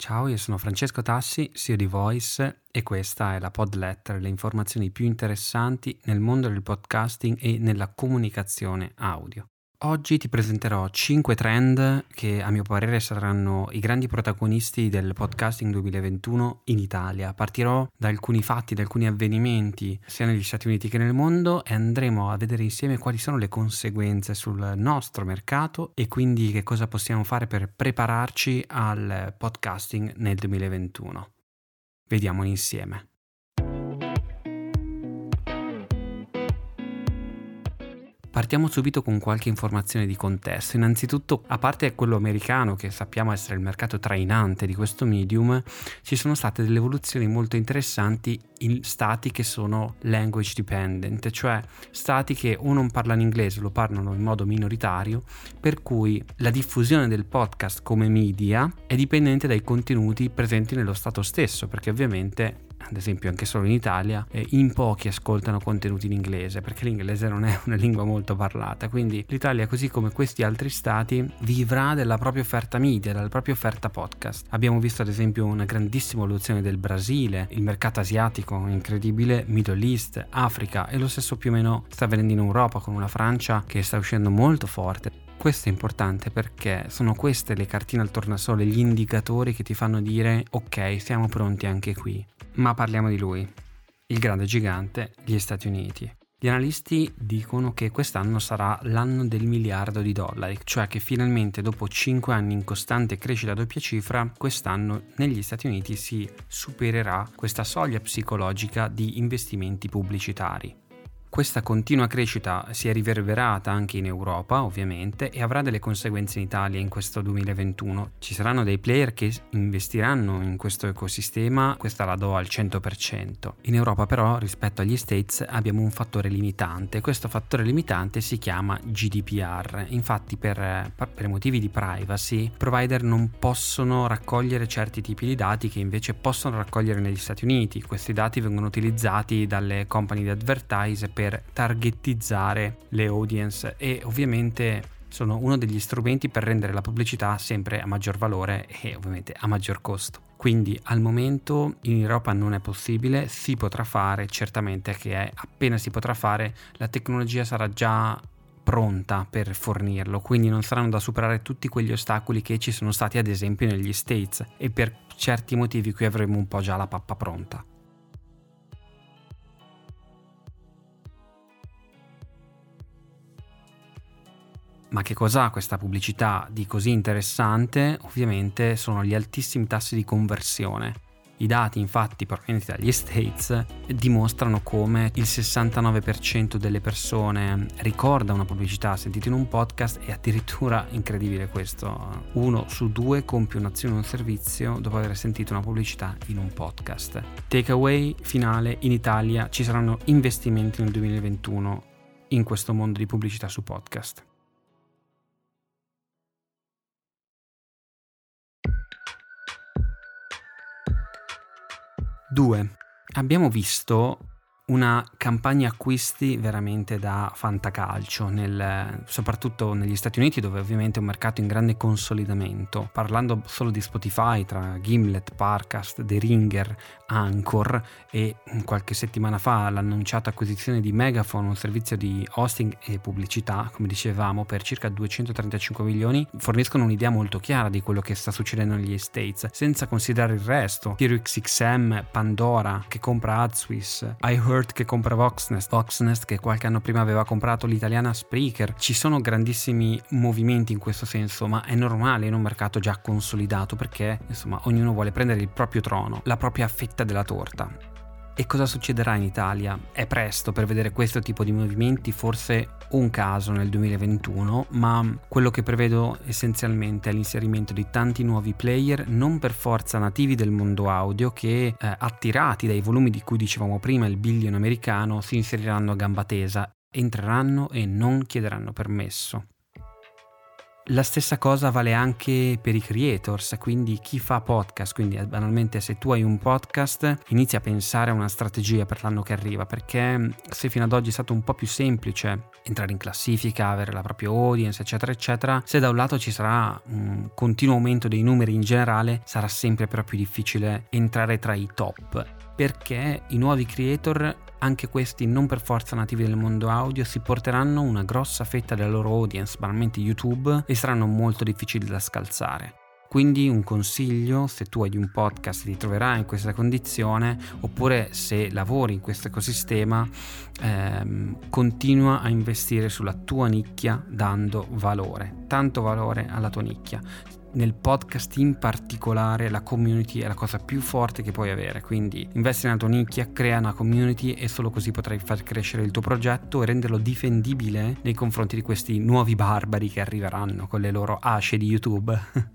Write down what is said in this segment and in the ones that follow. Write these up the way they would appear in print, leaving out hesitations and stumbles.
Ciao, io sono Francesco Tassi, CEO di Voice e questa è la Podletter, le informazioni più interessanti nel mondo del podcasting e nella comunicazione audio. Oggi ti presenterò 5 trend che a mio parere saranno i grandi protagonisti del podcasting 2021 in Italia. Partirò da alcuni fatti, da alcuni avvenimenti sia negli Stati Uniti che nel mondo e andremo a vedere insieme quali sono le conseguenze sul nostro mercato e quindi che cosa possiamo fare per prepararci al podcasting nel 2021. Vediamoli insieme. Partiamo subito con qualche informazione di contesto. Innanzitutto, a parte quello americano, che sappiamo essere il mercato trainante di questo medium, ci sono state delle evoluzioni molto interessanti in stati che sono language dependent, cioè stati che o non parlano inglese o lo parlano in modo minoritario, per cui la diffusione del podcast come media è dipendente dai contenuti presenti nello stato stesso, perché ovviamente ad esempio anche solo in Italia in pochi ascoltano contenuti in inglese perché l'inglese non è una lingua molto parlata, quindi l'Italia, così come questi altri stati, vivrà della propria offerta media, della propria offerta podcast. Abbiamo visto ad esempio una grandissima evoluzione del Brasile, il mercato asiatico incredibile, Middle East, Africa, e lo stesso più o meno sta avvenendo in Europa con una Francia che sta uscendo molto forte. Questo è importante perché sono queste le cartine al tornasole, gli indicatori che ti fanno dire ok, siamo pronti anche qui. Ma parliamo di lui, il grande gigante, gli Stati Uniti. Gli analisti dicono che quest'anno sarà l'anno del $1 miliardo, cioè che finalmente dopo 5 anni in costante crescita a doppia cifra, quest'anno negli Stati Uniti si supererà questa soglia psicologica di investimenti pubblicitari. Questa continua crescita si è riverberata anche in Europa, ovviamente, e avrà delle conseguenze in Italia in questo 2021. Ci saranno dei player che investiranno in questo ecosistema, questa la do al 100%. In Europa però, rispetto agli States, abbiamo un fattore limitante. Questo fattore limitante si chiama GDPR. Infatti, per motivi di privacy, i provider non possono raccogliere certi tipi di dati che invece possono raccogliere negli Stati Uniti. Questi dati vengono utilizzati dalle company di advertise per targetizzare le audience e ovviamente sono uno degli strumenti per rendere la pubblicità sempre a maggior valore e ovviamente a maggior costo. Quindi al momento in Europa non è possibile, si potrà fare, certamente che appena si potrà fare la tecnologia sarà già pronta per fornirlo, quindi non saranno da superare tutti quegli ostacoli che ci sono stati ad esempio negli States, e per certi motivi qui avremo un po' già la pappa pronta. Ma che cos'ha questa pubblicità di così interessante? Ovviamente sono gli altissimi tassi di conversione. I dati infatti provenienti dagli States dimostrano come il 69% delle persone ricorda una pubblicità sentita in un podcast e addirittura, incredibile questo, 1 su 2 compie un'azione o un servizio dopo aver sentito una pubblicità in un podcast. Takeaway finale: in Italia ci saranno investimenti nel 2021 in questo mondo di pubblicità su podcast. 2. Abbiamo visto una campagna acquisti veramente da fantacalcio, soprattutto negli Stati Uniti, dove ovviamente è un mercato in grande consolidamento. Parlando solo di Spotify, tra Gimlet, Parcast, The Ringer, Anchor, e qualche settimana fa l'annunciata acquisizione di Megaphone, un servizio di hosting e pubblicità, come dicevamo, per circa 235 milioni, forniscono un'idea molto chiara di quello che sta succedendo negli States, senza considerare il resto. SiriusXM, Pandora che compra AdSwiss, iHeart che compra Voxnest che qualche anno prima aveva comprato l'italiana Spreaker. Ci sono grandissimi movimenti in questo senso, ma è normale in un mercato già consolidato, perché insomma ognuno vuole prendere il proprio trono, la propria fetta della torta. E cosa succederà in Italia? È presto per vedere questo tipo di movimenti, forse un caso nel 2021, ma quello che prevedo essenzialmente è l'inserimento di tanti nuovi player, non per forza nativi del mondo audio, che attirati dai volumi di cui dicevamo prima, il billion americano, si inseriranno a gamba tesa, entreranno e non chiederanno permesso. La stessa cosa vale anche per i creators, quindi chi fa podcast, quindi banalmente se tu hai un podcast inizia a pensare a una strategia per l'anno che arriva, perché se fino ad oggi è stato un po' più semplice entrare in classifica, avere la propria audience eccetera eccetera, se da un lato ci sarà un continuo aumento dei numeri in generale, sarà sempre però più difficile entrare tra i top, perché i nuovi creator, anche questi non per forza nativi del mondo audio, si porteranno una grossa fetta della loro audience, banalmente YouTube, e saranno molto difficili da scalzare. Quindi un consiglio, se tu hai un podcast e ti troverai in questa condizione, oppure se lavori in questo ecosistema, continua a investire sulla tua nicchia dando valore, tanto valore alla tua nicchia. Nel podcast in particolare la community è la cosa più forte che puoi avere, quindi investi nella tua nicchia, crea una community e solo così potrai far crescere il tuo progetto e renderlo difendibile nei confronti di questi nuovi barbari che arriveranno con le loro asce di YouTube.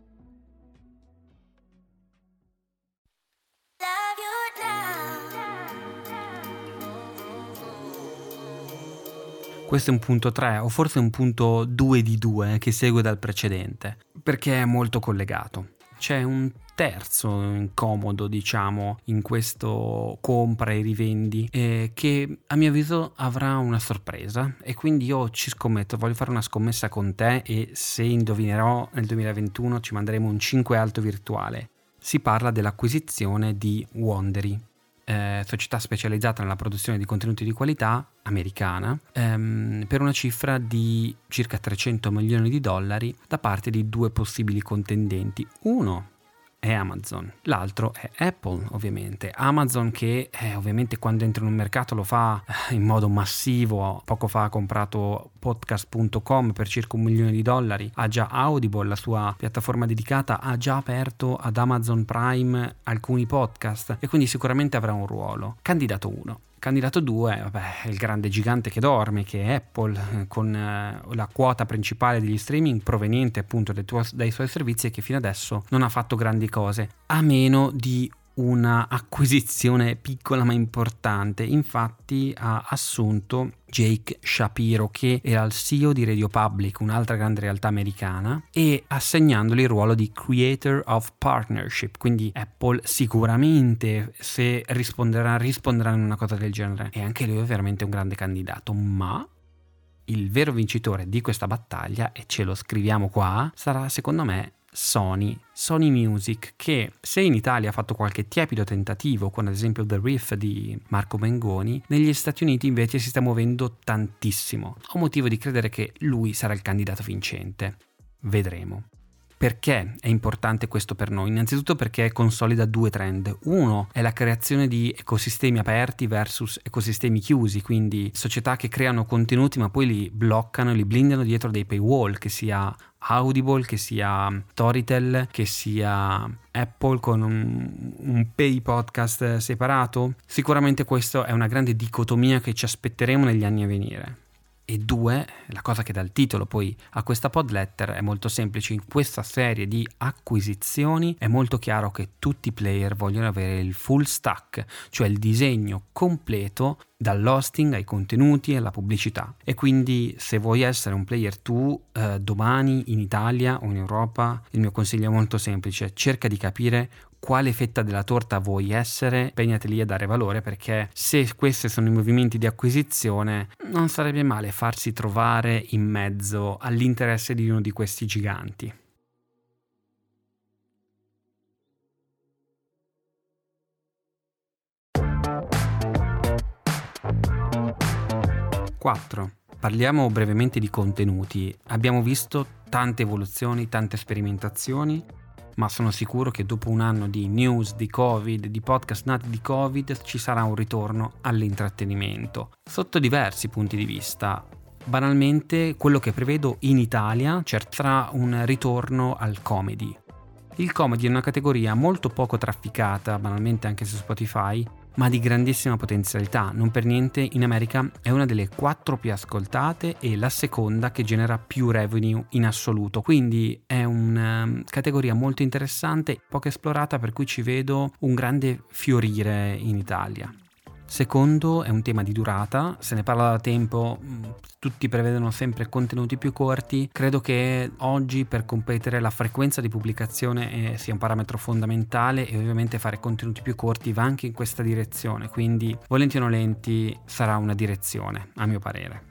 Questo è un punto 3 o forse un punto 2 di 2 che segue dal precedente, perché è molto collegato. C'è un terzo incomodo, diciamo, in questo compra e rivendi, che a mio avviso avrà una sorpresa, e quindi io ci scommetto, voglio fare una scommessa con te e se indovinerò nel 2021 ci manderemo un 5 alto virtuale. Si parla dell'acquisizione di Wondery, società specializzata nella produzione di contenuti di qualità americana, per una cifra di circa $300 milioni da parte di due possibili contendenti. Uno è Amazon, l'altro è Apple, ovviamente. Amazon che ovviamente quando entra in un mercato lo fa in modo massivo. Poco fa ha comprato podcast.com per circa $1 milione, ha già Audible, la sua piattaforma dedicata, ha già aperto ad Amazon Prime alcuni podcast e quindi sicuramente avrà un ruolo. Candidato 1. Candidato 2, è il grande gigante che dorme, che è Apple, con la quota principale degli streaming proveniente appunto dai suoi servizi e che fino adesso non ha fatto grandi cose, a meno di una acquisizione piccola ma importante. Infatti ha assunto Jake Shapiro, che era il CEO di Radio Public, un'altra grande realtà americana, e assegnandogli il ruolo di Creator of Partnership. Quindi Apple sicuramente, se risponderà in una cosa del genere, e anche lui è veramente un grande candidato, ma il vero vincitore di questa battaglia, e ce lo scriviamo qua, sarà secondo me Sony Music, che se in Italia ha fatto qualche tiepido tentativo con ad esempio The Riff di Marco Mengoni, negli Stati Uniti invece si sta muovendo tantissimo. Ho motivo di credere che lui sarà il candidato vincente. Vedremo. Perché è importante questo per noi? Innanzitutto perché consolida due trend. Uno è la creazione di ecosistemi aperti versus ecosistemi chiusi, quindi società che creano contenuti ma poi li bloccano, li blindano dietro dei paywall, che sia Audible, che sia Storytel, che sia Apple con un pay podcast separato. Sicuramente questa è una grande dicotomia che ci aspetteremo negli anni a venire. E due, la cosa che dà il titolo poi a questa pod letter è molto semplice. In questa serie di acquisizioni è molto chiaro che tutti i player vogliono avere il full stack, cioè il disegno completo dall'hosting ai contenuti e alla pubblicità. E quindi se vuoi essere un player tu domani in Italia o in Europa, il mio consiglio è molto semplice: cerca di capire quale fetta della torta vuoi essere, impegnati lì a dare valore, perché se questi sono i movimenti di acquisizione non sarebbe male farsi trovare in mezzo all'interesse di uno di questi giganti. Quattro. Parliamo brevemente di contenuti. Abbiamo visto tante evoluzioni, tante sperimentazioni, ma sono sicuro che dopo un anno di news, di Covid, di podcast nati di Covid, ci sarà un ritorno all'intrattenimento, sotto diversi punti di vista. Banalmente, quello che prevedo in Italia, sarà un ritorno al comedy. Il comedy è una categoria molto poco trafficata, banalmente anche su Spotify, ma di grandissima potenzialità. Non per niente in America è una delle 4 più ascoltate e la seconda che genera più revenue in assoluto, quindi è una categoria molto interessante, poco esplorata, per cui ci vedo un grande fiorire in Italia. Secondo, è un tema di durata, se ne parla da tempo, tutti prevedono sempre contenuti più corti. Credo che oggi per competere la frequenza di pubblicazione sia un parametro fondamentale, e ovviamente fare contenuti più corti va anche in questa direzione, quindi volenti o nolenti sarà una direzione, a mio parere.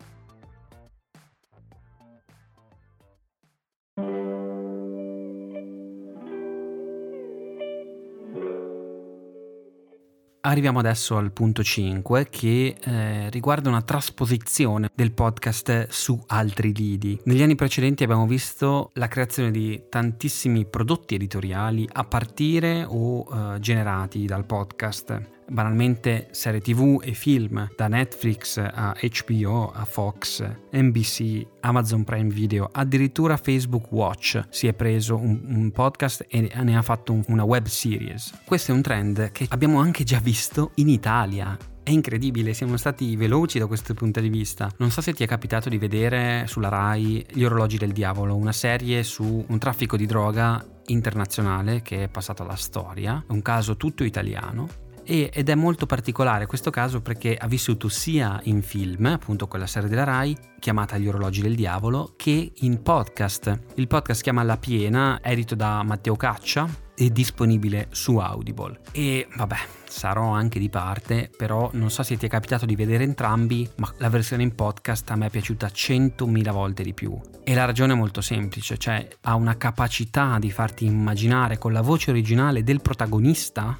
Arriviamo adesso al punto 5 che riguarda una trasposizione del podcast su altri lidi. Negli anni precedenti abbiamo visto la creazione di tantissimi prodotti editoriali a partire o generati dal podcast. Banalmente serie TV e film, da Netflix a HBO a Fox, NBC, Amazon Prime Video, addirittura Facebook Watch si è preso un podcast e ne ha fatto una web series. Questo è un trend che abbiamo anche già visto in Italia. È incredibile, siamo stati veloci da questo punto di vista. Non so se ti è capitato di vedere sulla Rai Gli orologi del diavolo, una serie su un traffico di droga internazionale che è passato alla storia, un caso tutto italiano. Ed è molto particolare questo caso perché ha vissuto sia in film, appunto quella serie della Rai chiamata Gli orologi del diavolo, che in podcast. Il podcast si chiama La Piena, edito da Matteo Caccia, è disponibile su Audible. E vabbè, sarò anche di parte, però non so se ti è capitato di vedere entrambi, ma la versione in podcast a me è piaciuta 100.000 volte di più. E la ragione è molto semplice, cioè ha una capacità di farti immaginare con la voce originale del protagonista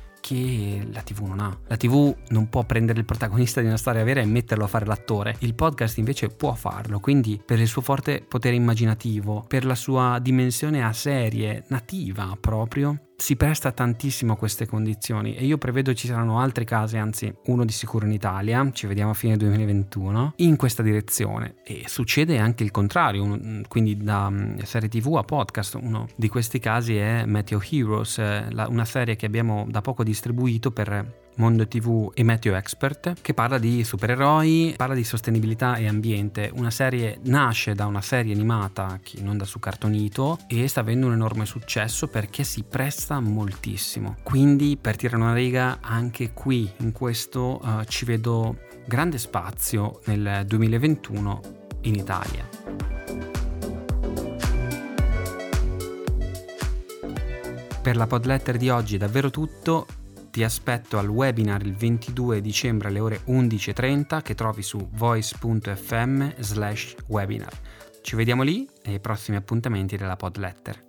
che la TV non ha. La TV non può prendere il protagonista di una storia vera e metterlo a fare l'attore. Il podcast invece può farlo, quindi per il suo forte potere immaginativo, per la sua dimensione a serie nativa proprio, si presta tantissimo a queste condizioni, e io prevedo ci saranno altri casi, anzi uno di sicuro in Italia, ci vediamo a fine 2021, in questa direzione. E succede anche il contrario, quindi da serie TV a podcast. Uno di questi casi è Meteo Heroes, una serie che abbiamo da poco distribuito per Mondo TV e Meteo Expert, che parla di supereroi, parla di sostenibilità e ambiente. Una serie nasce da una serie animata che in onda su Cartonito e sta avendo un enorme successo perché si presta moltissimo. Quindi, per tirare una riga, anche qui in questo ci vedo grande spazio nel 2021 in Italia. Per la podletter di oggi è davvero tutto. Ti aspetto al webinar il 22 dicembre alle ore 11:30 che trovi su voice.fm/webinar. Ci vediamo lì e ai prossimi appuntamenti della podletter.